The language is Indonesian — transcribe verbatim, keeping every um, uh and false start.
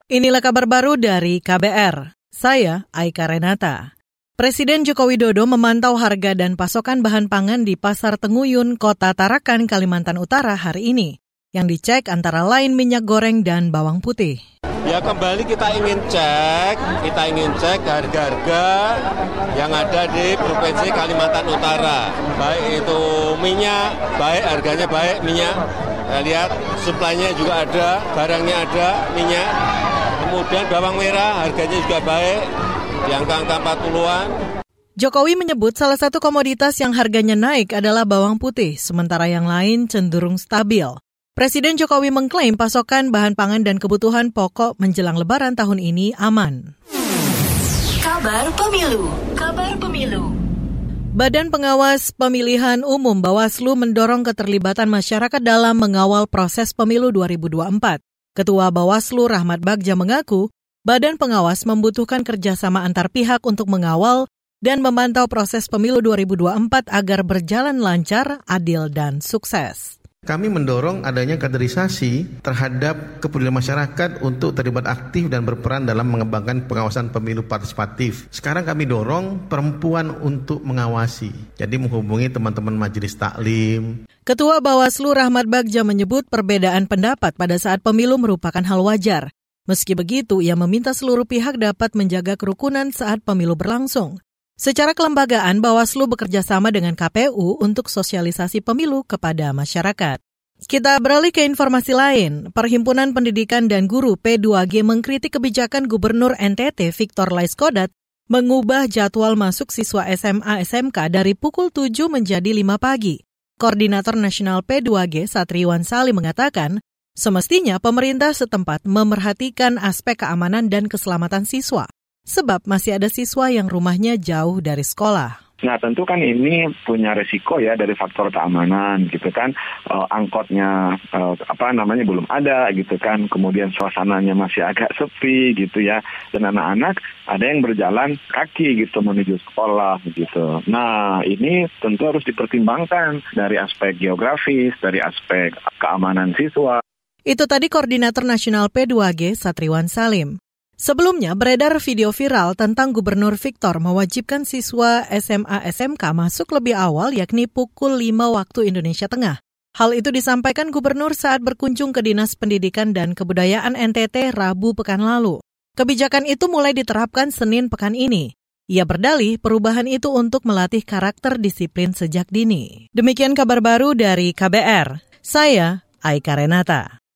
Inilah kabar baru dari K B R. Saya Aika Renata. Presiden Joko Widodo memantau harga dan pasokan bahan pangan di Pasar Tenguyun, Kota Tarakan, Kalimantan Utara hari ini. Yang dicek antara lain minyak goreng dan bawang putih. Ya kembali kita ingin cek, kita ingin cek harga-harga yang ada di Provinsi Kalimantan Utara. Baik itu minyak, baik harganya baik minyak. Kita lihat suplainya juga ada, barangnya ada, minyak. Kemudian bawang merah harganya juga baik, di angka-angka empat puluhan. Jokowi menyebut salah satu komoditas yang harganya naik adalah bawang putih, sementara yang lain cenderung stabil. Presiden Jokowi mengklaim pasokan bahan pangan dan kebutuhan pokok menjelang Lebaran tahun ini aman. Kabar Pemilu, Kabar Pemilu. Badan Pengawas Pemilihan Umum Bawaslu mendorong keterlibatan masyarakat dalam mengawal proses pemilu dua ribu dua puluh empat. Ketua Bawaslu Rahmat Bagja mengaku, Badan Pengawas membutuhkan kerjasama antar pihak untuk mengawal dan memantau proses pemilu dua ribu dua puluh empat agar berjalan lancar, adil, dan sukses. Kami mendorong adanya kaderisasi terhadap kepedulian masyarakat untuk terlibat aktif dan berperan dalam mengembangkan pengawasan pemilu partisipatif. Sekarang kami dorong perempuan untuk mengawasi. Jadi menghubungi teman-teman majelis taklim. Ketua Bawaslu Rahmat Bagja menyebut perbedaan pendapat pada saat pemilu merupakan hal wajar. Meski begitu, ia meminta seluruh pihak dapat menjaga kerukunan saat pemilu berlangsung. Secara kelembagaan, Bawaslu bekerja sama dengan K P U untuk sosialisasi pemilu kepada masyarakat. Kita beralih ke informasi lain. Perhimpunan Pendidikan dan Guru P dua G mengkritik kebijakan Gubernur N T T Victor Laiskodat mengubah jadwal masuk siswa S M A S M K dari pukul tujuh menjadi lima pagi. Koordinator Nasional P dua G Satriwan Salim mengatakan, semestinya pemerintah setempat memerhatikan aspek keamanan dan keselamatan siswa. Sebab masih ada siswa yang rumahnya jauh dari sekolah. Nah tentu kan ini punya resiko ya dari faktor keamanan gitu kan. E, angkotnya e, apa namanya belum ada gitu kan. Kemudian suasananya masih agak sepi gitu ya. Dan anak-anak ada yang berjalan kaki gitu menuju sekolah gitu. Nah ini tentu harus dipertimbangkan dari aspek geografis, dari aspek keamanan siswa. Itu tadi Koordinator Nasional P dua G Satriwan Salim. Sebelumnya beredar video viral tentang Gubernur Victor mewajibkan siswa S M A S M K masuk lebih awal yakni pukul lima waktu Indonesia Tengah. Hal itu disampaikan Gubernur saat berkunjung ke Dinas Pendidikan dan Kebudayaan N T T Rabu pekan lalu. Kebijakan itu mulai diterapkan Senin pekan ini. Ia berdalih perubahan itu untuk melatih karakter disiplin sejak dini. Demikian kabar baru dari K B R. Saya Aika Renata.